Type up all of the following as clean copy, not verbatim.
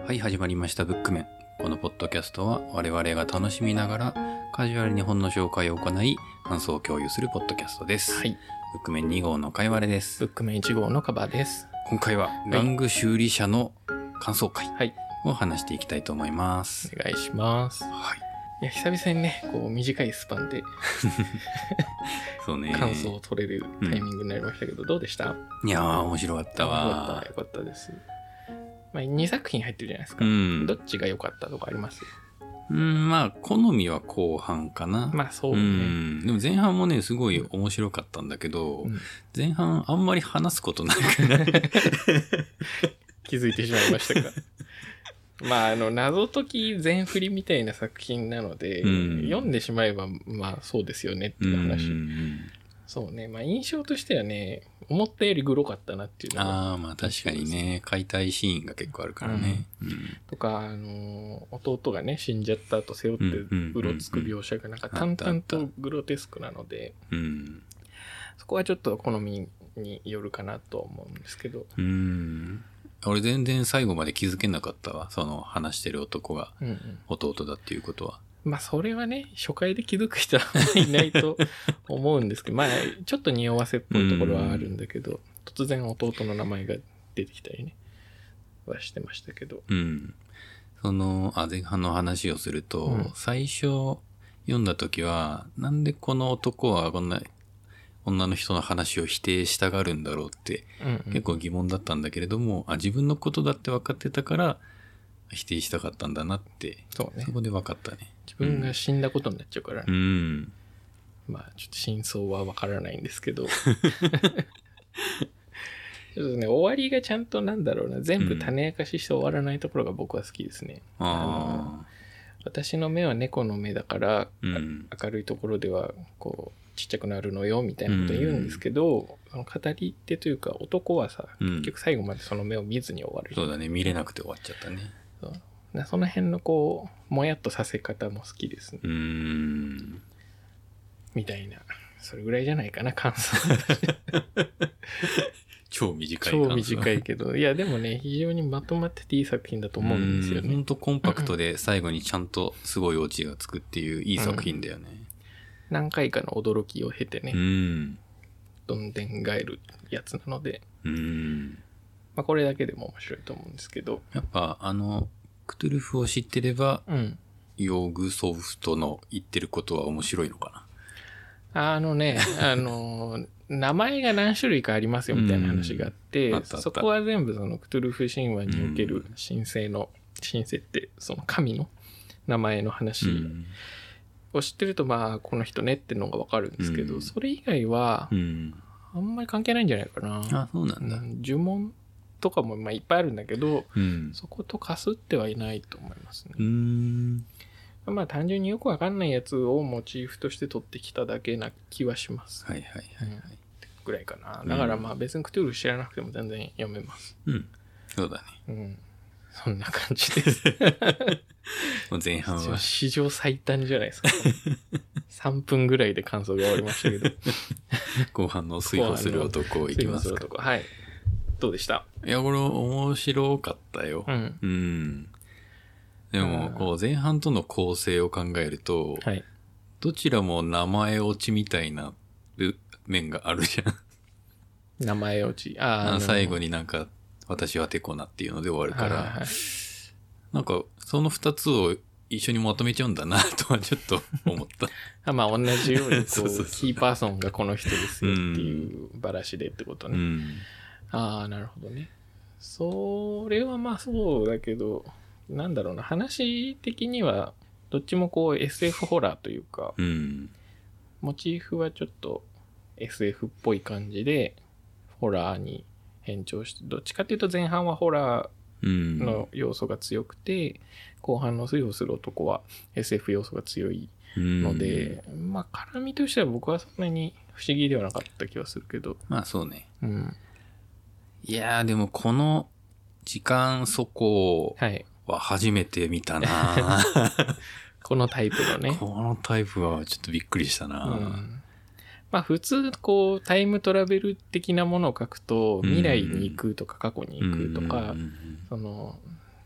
はい、始まりましたブックメン。このポッドキャストは我々が楽しみながらカジュアルに本の紹介を行い感想を共有するポッドキャストです。 はい。 ブックメン2号のかいわれです。 ブックメン1号のカバーです。 今回は玩具修理車の感想会はい。 を話していきたいと思います。 お願いします。 はい。 いや、久々にね、こう短いスパンでそうね。 感想を取れるタイミングになりましたけど、どうでした？ いやー面白かったわ。 よかったです。まあ、2作品入ってるじゃないですか。どっちが良かったとかあります？ まあ好みは後半かな。 まあそうね。 でも前半もねすごい面白かったんだけど、前半あんまり話すことなくない気づいてしまいましたか。まあ謎解き全振りみたいな作品なので、読んでしまえばまあそうですよねっていう話。そうね。まあ印象としてはね、思ったよりグロかったなっていうのが。 まあ確かにね、解体シーンが結構あるからね。 とか、弟がね、死んじゃった後背負ってうろつく描写がなんか淡々とグロテスクなので、そこはちょっと好みによるかなと思うんですけど。 俺全然最後まで気づけなかったわ。その話してる男が弟だっていうことは。 まあそれはね、初回で気づく人はいないと思うんですけど、まあちょっと匂わせっぽいところはあるんだけど、突然弟の名前が出てきたりね、はしてましたけど。 前半の話をすると、最初読んだ時は、なんでこの男はこんな女の人の話を否定したがるんだろうって、結構疑問だったんだけれども、自分のことだって分かってたから、否定したかったんだなって、 そうね。 そこで分かったね。 自分が死んだことになっちゃうからね。まあちょっと真相は分からないんですけど。ちょっとね、終わりがちゃんとなんだろうな、全部種明かしして終わらないところが僕は好きですね。私の目は猫の目だから、明るいところではこうちっちゃくなるのよみたいなこと言うんですけど、その語り手というか男はさ、結局最後までその目を見ずに終わる。 そうだね、見れなくて終わっちゃったね。 その辺のこうもやっとさせ方も好きですね。みたいな、それぐらいじゃないかな、感想。 超短い感想。 超短いけど、いやでもね、非常にまとまってていい作品だと思うんですよね。 ほんとコンパクトで最後にちゃんとすごいオチがつくっていういい作品だよね。 何回かの驚きを経てね、どんでん返るやつなので、まあこれだけでも面白いと思うんですけど、 やっぱクトゥルフを知ってれば、ヨグソフトの言ってることは面白いのかな。名前が何種類かありますよみたいな話があって、そこは全部そのクトゥルフ神話における神聖ってその神の名前の話を知ってると、まあこの人ねってのがわかるんですけど、それ以外はあんまり関係ないんじゃないかな。 そうなんだ。 呪文とかもまあいっぱいあるんだけど、そことかすってはいないと思いますね。まあ単純によくわかんないやつをモチーフとして取ってきただけな気はします。ぐらいかな。だからまあ別にクトゥルフ知らなくても全然読めます。 そうだね。 そんな感じです。 もう前半は史上最短じゃないですか。3分ぐらいで感想が終わりましたけど。 後半の追放する男いきますか。 はい。どうでした？ いや、これ面白かったよ。でも、こう前半との構成を考えると、どちらも名前落ちみたいな面があるじゃん。 名前落ち。 最後になんか、私はテコナっていうので終わるから、なんか、その2つを一緒にまとめちゃうんだな、とはちょっと思った。 まあ、同じようにこう、キーパーソンがこの人ですよっていうバラシでってことね。なるほどね。それはまあそうだけど、なんだろうな、話的にはどっちもこう SF ホラーというか、モチーフはちょっと SF っぽい感じでホラーに変調して、どっちかっていうと前半はホラーの要素が強くて、後半の追放する男は SF 要素が強いので、まあ絡みとしては僕はそんなに不思議ではなかった気はするけど。 まあそうね。いやーでもこの時間そこは初めて見たな、 このタイプのね。 このタイプはちょっとびっくりしたな。 まあ普通こうタイムトラベル的なものを書くと未来に行くとか過去に行くとか、その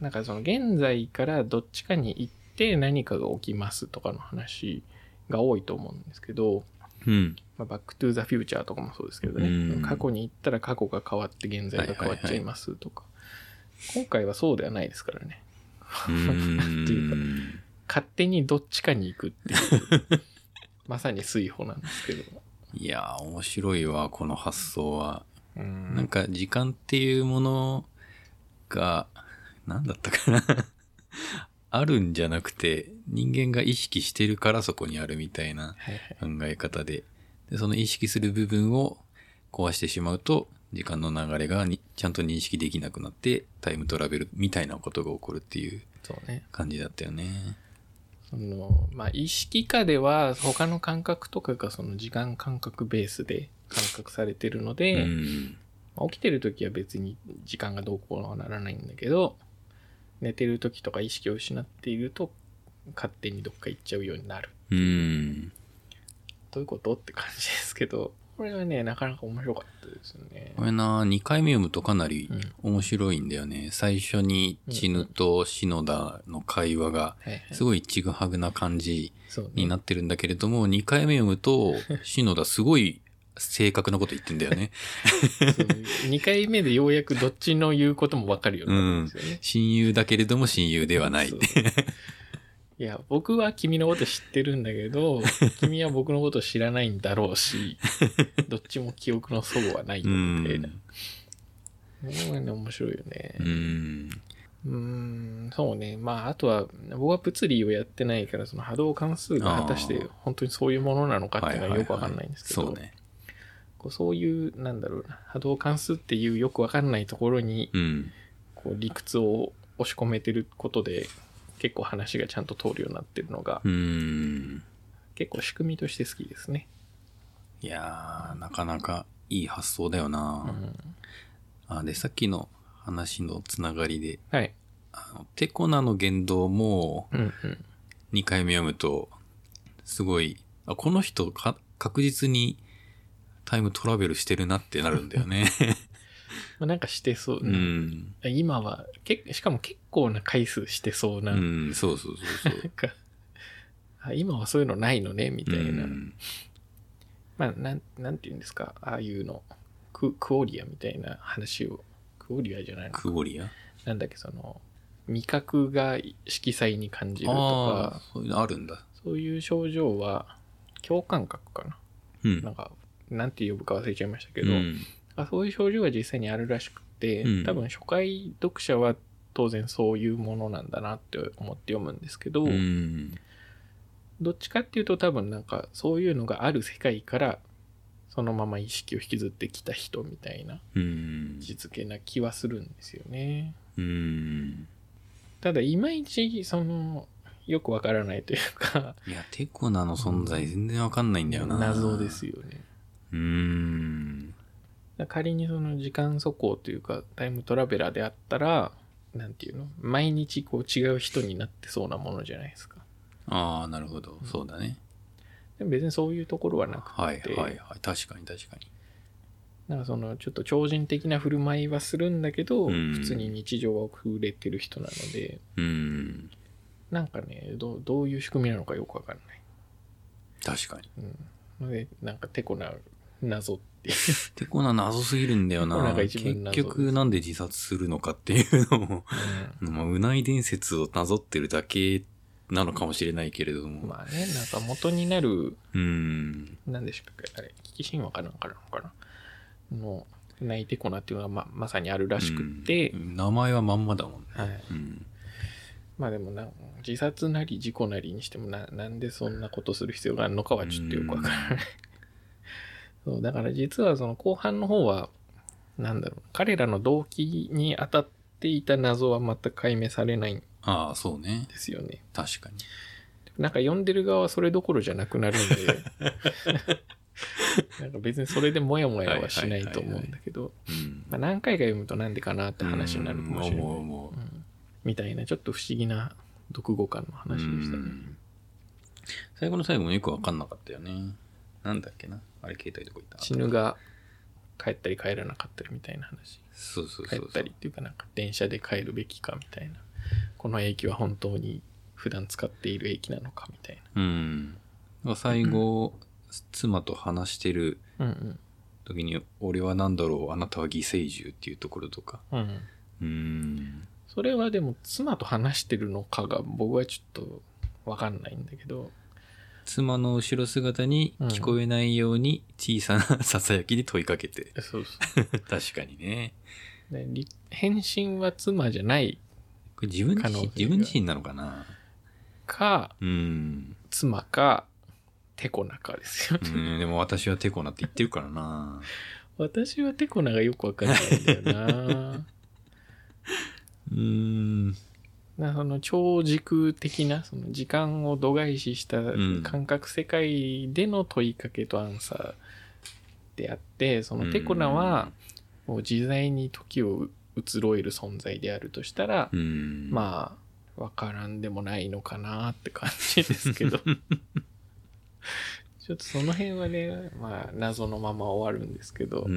なんかその現在からどっちかに行って何かが起きますとかの話が多いと思うんですけど、 うん。 まあ、バックトゥーザフューチャーとかもそうですけどね、 うん、 過去に行ったら過去が変わって現在が変わっちゃいますとか、今回はそうではないですからね。っていうか、勝手にどっちかに行くっていう、まさに水歩なんですけど。 いやー、面白いわ、この発想は。 なんか時間っていうものが、なんだったかなあるんじゃなくて、人間が意識してるからそこにあるみたいな考え方で、でその意識する部分を壊してしまうと、時間の流れがちゃんと認識できなくなって、タイムトラベルみたいなことが起こるっていう感じだったよね。 まあ、意識下では他の感覚とかがその時間感覚ベースで感覚されてるので、まあ、起きてる時は別に時間がどうこうはならないんだけど、寝てる時とか意識を失っていると勝手にどっか行っちゃうようになる。どういうことって感じですけど、これはね、なかなか面白かったですね。 これな、2回目読むとかなり面白いんだよね。最初にチヌと篠田の会話がすごいちぐはぐな感じになってるんだけれども、2回目読むと篠田すごい正確なこと言ってんだよね。 2回目でようやくどっちの言うこともわかるようになるんですよね。 親友だけれども親友ではないって。 いや、僕は君のこと知ってるんだけど、君は僕のこと知らないんだろうし、どっちも記憶の齟齬はないよみたいな。これね、面白いよね。そうね。まあ、あとは、僕は物理をやってないから、その波動関数が果たして本当にそういうものなのかっていうのはよくわかんないんですけど、そういう、なんだろうな、波動関数っていうよくわかんないところに、こう理屈を押し込めてることで、結構話がちゃんと通るようになってるのが、結構仕組みとして好きですね。 いやー、なかなかいい発想だよな、で、さっきの話のつながりで、テコナの言動も、2回目読むと、すごい、この人確実にタイムトラベルしてるなってなるんだよね。 なんかしてそう、今はしかも結構な回数してそうな、 そう今はそういうのないのねみたいな、まあなんて言うんですか、ああいうのクオリアみたいな話を、クオリアじゃないのか、 クオリアなんだっけ、その味覚が色彩に感じるとか、 そういうのあるんだ。 そういう症状は共感覚かな、なんかなんて呼ぶか忘れちゃいましたけど、そういう症状が実際にあるらしくて、多分初回読者は当然そういうものなんだなって思って読むんですけど、どっちかっていうと多分なんかそういうのがある世界からそのまま意識を引きずってきた人みたいな位置づけな気はするんですよね。ただいまいちそのよくわからないというか、 いやテコナの存在全然わかんないんだよな。 謎ですよね。仮にその時間速攻というかタイムトラベラーであったら、なんていうの、毎日こう違う人になってそうなものじゃないですか。 ああ、なるほど、そうだね。 でも別にそういうところはなくて、 確かに。 なんかそのちょっと超人的な振る舞いはするんだけど、普通に日常は送れてる人なので、なんかね、どういう仕組みなのかよくわかんない。 確かに。 で、なんかテコな謎っていう。 テコナ謎すぎるんだよな。結局なんで自殺するのかっていうのも、うない伝説をなぞってるだけなのかもしれないけれども。 まあね、なんか元になる、なんでしょうか、あれ、危機神話かなんかなのかなの、うないテコナっていうのがまさにあるらしくって、 名前はまんまだもんね。 まあでも自殺なり事故なりにしてもなんでそんなことする必要があるのかはちょっとよくわからない。そうだから実はその後半の方はなんだろう、彼らの動機に当たっていた謎は全く解明されないんですよね。 確かに。 なんか読んでる側はそれどころじゃなくなるんで、なんか別にそれでモヤモヤはしないと思うんだけど、何回か読むとなんでかなって話になるかもしれない。みたいなちょっと不思議な読後感の話でしたね。 最後の最後もよく分かんなかったよね。なんだっけな、あれ携帯どこ行った？ チヌが帰ったり帰らなかったりみたいな話。 そう帰ったりっていうかなんか電車で帰るべきかみたいな。 この駅は本当に普段使っている駅なのかみたいうん。最後、妻と話してるな。うん時に、俺は何だろう、あなたは犠牲獣っていうところとか。 うんそれはでも妻と話してるのかが僕はちょっとわかんないんだけど、 妻の後ろ姿に聞こえないように小さなささやきで問いかけて。 そうそう確かにね。 で返信は妻じゃないこれ自分自身なのかな。 か、妻かテコナかですよね。 でも私はテコナって言ってるからな。 私はテコナがよくわかんないんだよな。その超時空的なその時間を度外視した感覚世界での問いかけとアンサーであって、そのテコナはもう自在に時を移ろえる存在であるとしたら、まあわからんでもないのかなって感じですけどちょっとその辺はね、まあ謎のまま終わるんですけど、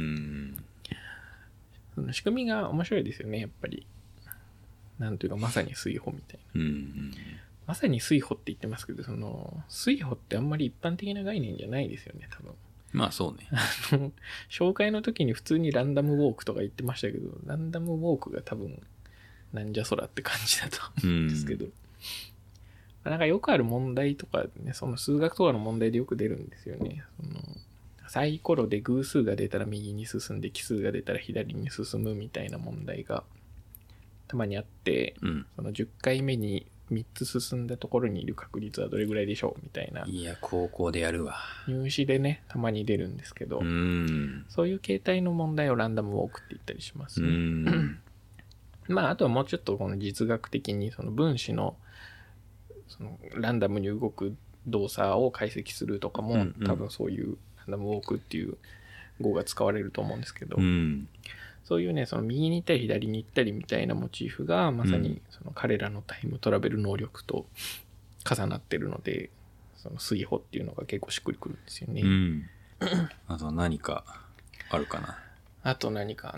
その仕組みが面白いですよね、やっぱり。なんというかまさに水穂みたいな。まさに水穂って言ってますけど、その水穂ってあんまり一般的な概念じゃないですよね、多分。 まあそうね。 紹介の時に普通にランダムウォークとか言ってましたけど、ランダムウォークが多分なんじゃそらって感じだと思うんですけど、なんかよくある問題とかね、その数学とかの問題でよく出るんですよね。そのサイコロで偶数が出たら右に進んで奇数が出たら左に進むみたいな問題がたまにあって、その10回目に3つ進んだところにいる確率はどれぐらいでしょうみたいな。 いや、高校でやるわ。 入試でね、たまに出るんですけど、そういう形態の問題をランダムウォークって言ったりしますね。まあ、あとはもうちょっとこの実学的にその分子のそのランダムに動く動作を解析するとかも、多分そういうランダムウォークっていう語が使われると思うんですけど、そういうね、その右に行ったり左に行ったりみたいなモチーフがまさにその彼らのタイムトラベル能力と重なってるので、その水穂っていうのが結構しっくりくるんですよね。 あと何かあるかな。 あと何か、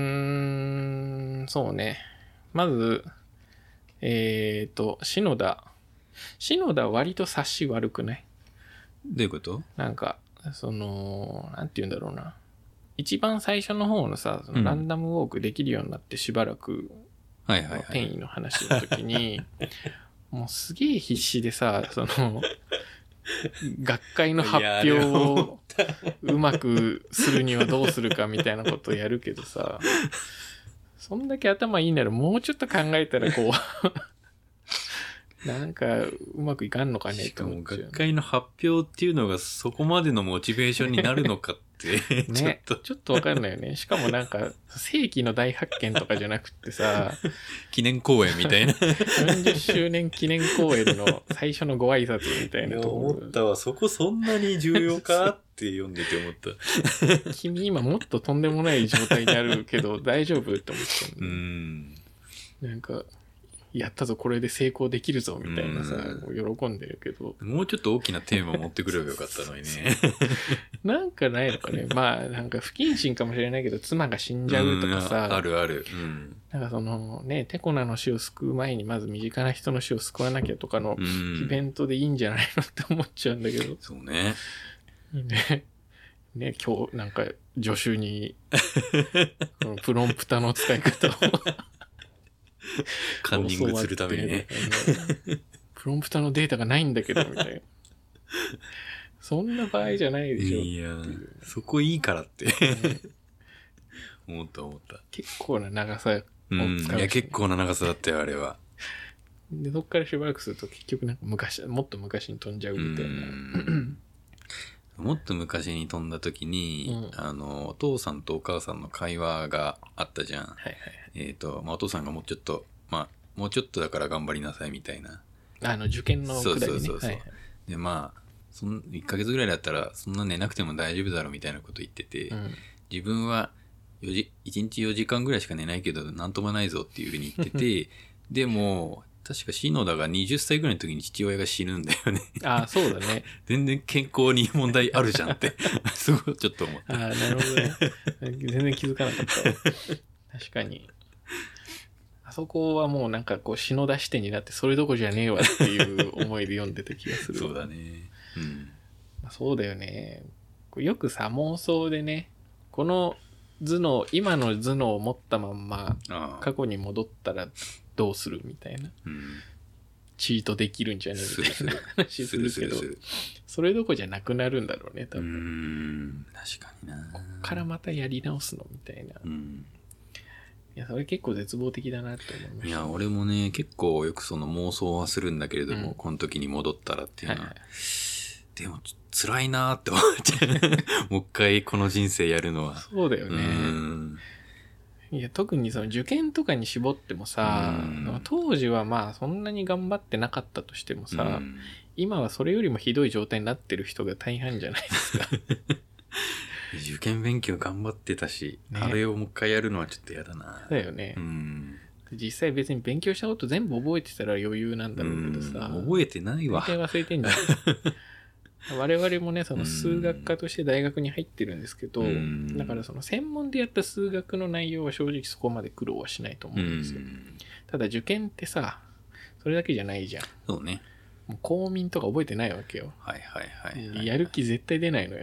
そうね。まず、篠田は割と察し悪くない？ どういうこと？ なんか、その、なんて言うんだろうな。一番最初の方のさ、そのランダムウォークできるようになってしばらく、転移の話の時に、もうすげえ必死でさ、その、学会の発表をうまくするにはどうするかみたいなことをやるけどさ、そんだけ頭いいならもうちょっと考えたらこう、なんかうまくいかんのかねって思っちゃう。 しかも学会の発表っていうのがそこまでのモチベーションになるのかってね、ちょっとわかんないよね。しかもなんか世紀の大発見とかじゃなくってさ、 記念公演みたいな 40周年記念公演の最初のご挨拶みたいなところ。 思ったわ、そこそんなに重要かって読んでて思った。 君今もっととんでもない状態にあるけど大丈夫って思っちゃう。なんか、やったぞ、これで成功できるぞみたいなさ、喜んでるけど。 もうちょっと大きなテーマを持ってくればよかったのにね。 なんかないのかね。まあ、なんか不謹慎かもしれないけど、妻が死んじゃうとかさ。 あるある。 なんかそのね、テコナの死を救う前にまず身近な人の死を救わなきゃとかのイベントでいいんじゃないのって思っちゃうんだけど。 そうね。 ね、今日なんか助手にこのプロンプタの使い方をカンニングするためにね。 プロンプタのデータがないんだけど、みたいな。そんな場合じゃないでしょ。 いや、そこいいからって。思った。 結構な長さを使う。いや、結構な長さだったよ、あれは。 で、そっからしばらくすると結局なんかもっと昔に飛んじゃうみたいな。 もっと昔に飛んだ時に、お父さんとお母さんの会話があったじゃん。お父さんがもうちょっとだから頑張りなさいみたいな。 受験のくだりね。 そう。で、1ヶ月ぐらいだったらそんな寝なくても大丈夫だろうみたいなこと言ってて、自分は1日4時間ぐらいしか寝ないけどなんともないぞっていうふうに言ってて、でも、確か篠田が20歳ぐらいの時に父親が死ぬんだよね。 ああ、そうだね。 全然健康に問題あるじゃんって、すごいちょっと思った。 ああ、なるほどね。全然気づかなかったわ。確かに。 あそこはもうなんかこう篠田視点になってそれどころじゃねえわっていう思いで読んでた気がする。 そうだね。うん。 まあ、そうだよね。よくさ、妄想でね、この頭脳、今の頭脳を持ったまんま、過去に戻ったらどうするみたいな。 うん、 チートできるんじゃねえみたいな話するけど、それどころじゃなくなるんだろうね、多分。 確かにな。 こっからまたやり直すのみたいな。いや、それ結構絶望的だなって思いました。 いや、俺もね、結構よくその妄想はするんだけれども、この時に戻ったらっていうのは、でも辛いなーって思っちゃう。もう一回この人生やるのは。 そうだよね。いや、特にその受験とかに絞ってもさ、当時はまあそんなに頑張ってなかったとしてもさ、今はそれよりもひどい状態になってる人が大半じゃないですか。 受験勉強頑張ってたし、ね、あれをもう一回やるのはちょっと嫌だな。 だよね。実際別に勉強したこと全部覚えてたら余裕なんだろうけどさ。 覚えてないわ。 大体忘れてんじゃん。我々もね、その数学科として大学に入ってるんですけど、だからその専門でやった数学の内容は正直そこまで苦労はしないと思うんですよ。ただ受験ってさ、それだけじゃないじゃん。 そうね。 もう公民とか覚えてないわけよ。 はいはいはい。 やる気絶対出ないのよ。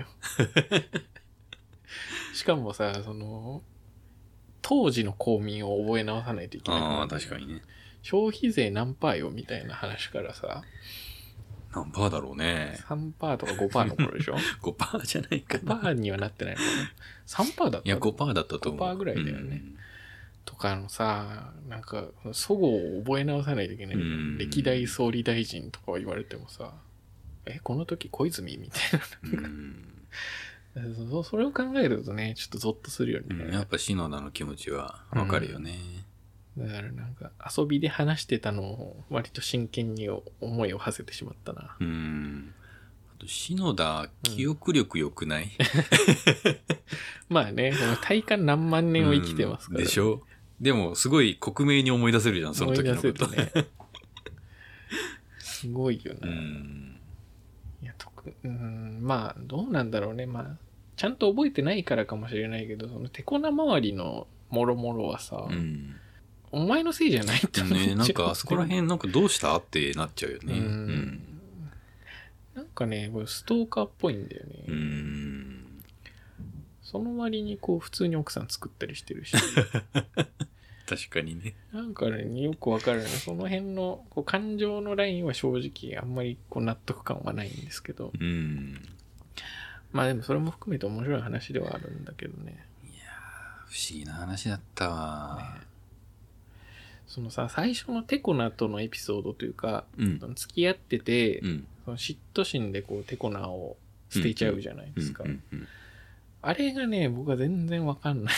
しかもさ、その、当時の公民を覚え直さないといけない。 ああ、確かにね。 消費税何パーよみたいな話からさ。 何パーだろうね。 3パーとか5パーの頃でしょ ?5 パーじゃないかな。5パーにはなってないのかな。3パーだった。 いや、5パーだったと思う。 5パーぐらいだよね。とかのさ、なんか、祖語を覚え直さないといけない。歴代総理大臣とか言われてもさ、この時小泉みたいな。それを考えるとね、ちょっとゾッとするよね。 やっぱ篠田の気持ちはわかるよね。 だからなんか遊びで話してたのを割と真剣に思いを馳せてしまったな。 あと篠田、記憶力良くない？ まあね、体感何万年を生きてますから、ね。 でしょ？でもすごい克明に思い出せるじゃん、その時のこと。思い出せるね。 すごいよな。いや、まあどうなんだろうね。まあちゃんと覚えてないからかもしれないけど、そのテコナ周りのもろもろはさ、お前のせいじゃないって思っちゃう。 ね、なんかあそこら辺なんかどうしたってなっちゃうよね。 なんかね、これストーカーっぽいんだよね。その割にこう普通に奥さん作ったりしてるし。 確かにね。 なんかね、よくわかるね。その辺のこう感情のラインは正直あんまりこう納得感はないんですけど。まあでもそれも含めて面白い話ではあるんだけどね。 いやー、不思議な話だったわ、 ね。そのさ、最初のテコナとのエピソードというか、付き合ってて、その嫉妬心でこうテコナを捨てちゃうじゃないですか。あれがね、僕は全然わかんない。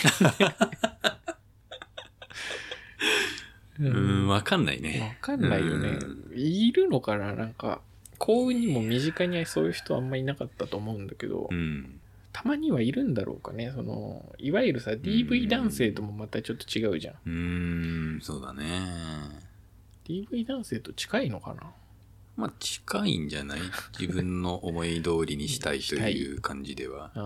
わかんないね。 わかんないよね。いるのかな、なんか。幸運にも身近にそういう人あんまりいなかったと思うんだけど、たまにはいるんだろうかね。そのいわゆるさ DV 男性ともまたちょっと違うじゃん。 そうだね。 DV 男性と近いのかな。 まあ近いんじゃない？自分の思い通りにしたいという感じでは。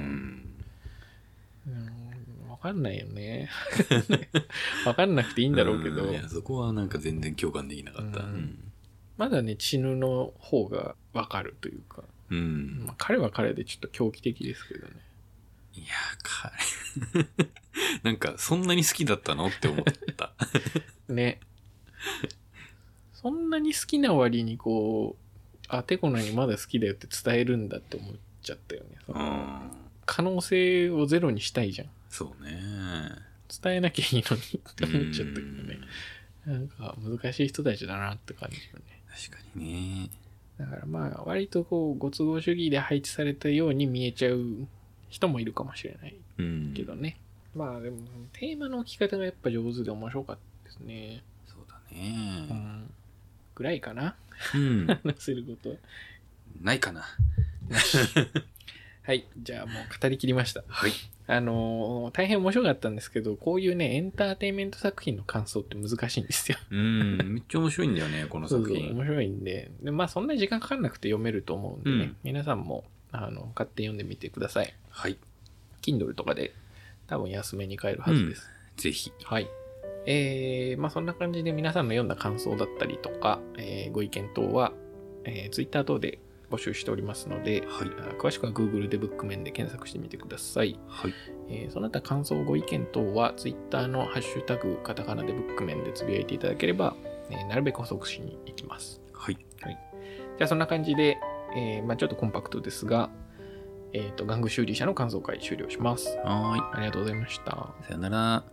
わかんないよね。わかんなくていいんだろうけど。 いや、そこはなんか全然共感できなかった。 まだね、血ぬの方がわかるというか。まあ、彼は彼でちょっと狂気的ですけどね。 いや、彼なんかそんなに好きだったのって思った。 ね。そんなに好きな割にこう、テコナにまだ好きだよって伝えるんだって思っちゃったよね。可能性をゼロにしたいじゃん。 そうね。 伝えなきゃいいのにって思っちゃったけどね。なんか難しい人たちだなって感じよね。 確かにね。 だからまあ割とこうご都合主義で配置されたように見えちゃう人もいるかもしれないけどね。まあでもテーマの置き方がやっぱ上手で面白かったですね。 そうだね。 ぐらいかな。話せること。 ないかな。 はい。じゃあもう語り切りました。 はい。 大変面白かったんですけど、こういうね、エンターテインメント作品の感想って難しいんですよ。 めっちゃ面白いんだよね、この作品。 そう面白いんで。まあそんなに時間かかんなくて読めると思うんでね、皆さんも、買って読んでみてください。 はい。 Kindle とかで多分安めに買えるはずです。 ぜひ。 はい。 まあそんな感じで皆さんの読んだ感想だったりとか、ご意見等は、Twitter 等で募集しておりますので、 はい、 詳しくは Google でブックメンで検索してみてください。 はい。 その他感想、ご意見等は Twitter のハッシュタグカタカナでブックメンでつぶやいていただければ、なるべく補足しに行きます。 はい。 はい、じゃあそんな感じで、まあ、ちょっとコンパクトですが、玩具修理車の感想会終了します。 はい。 ありがとうございました。 さよなら。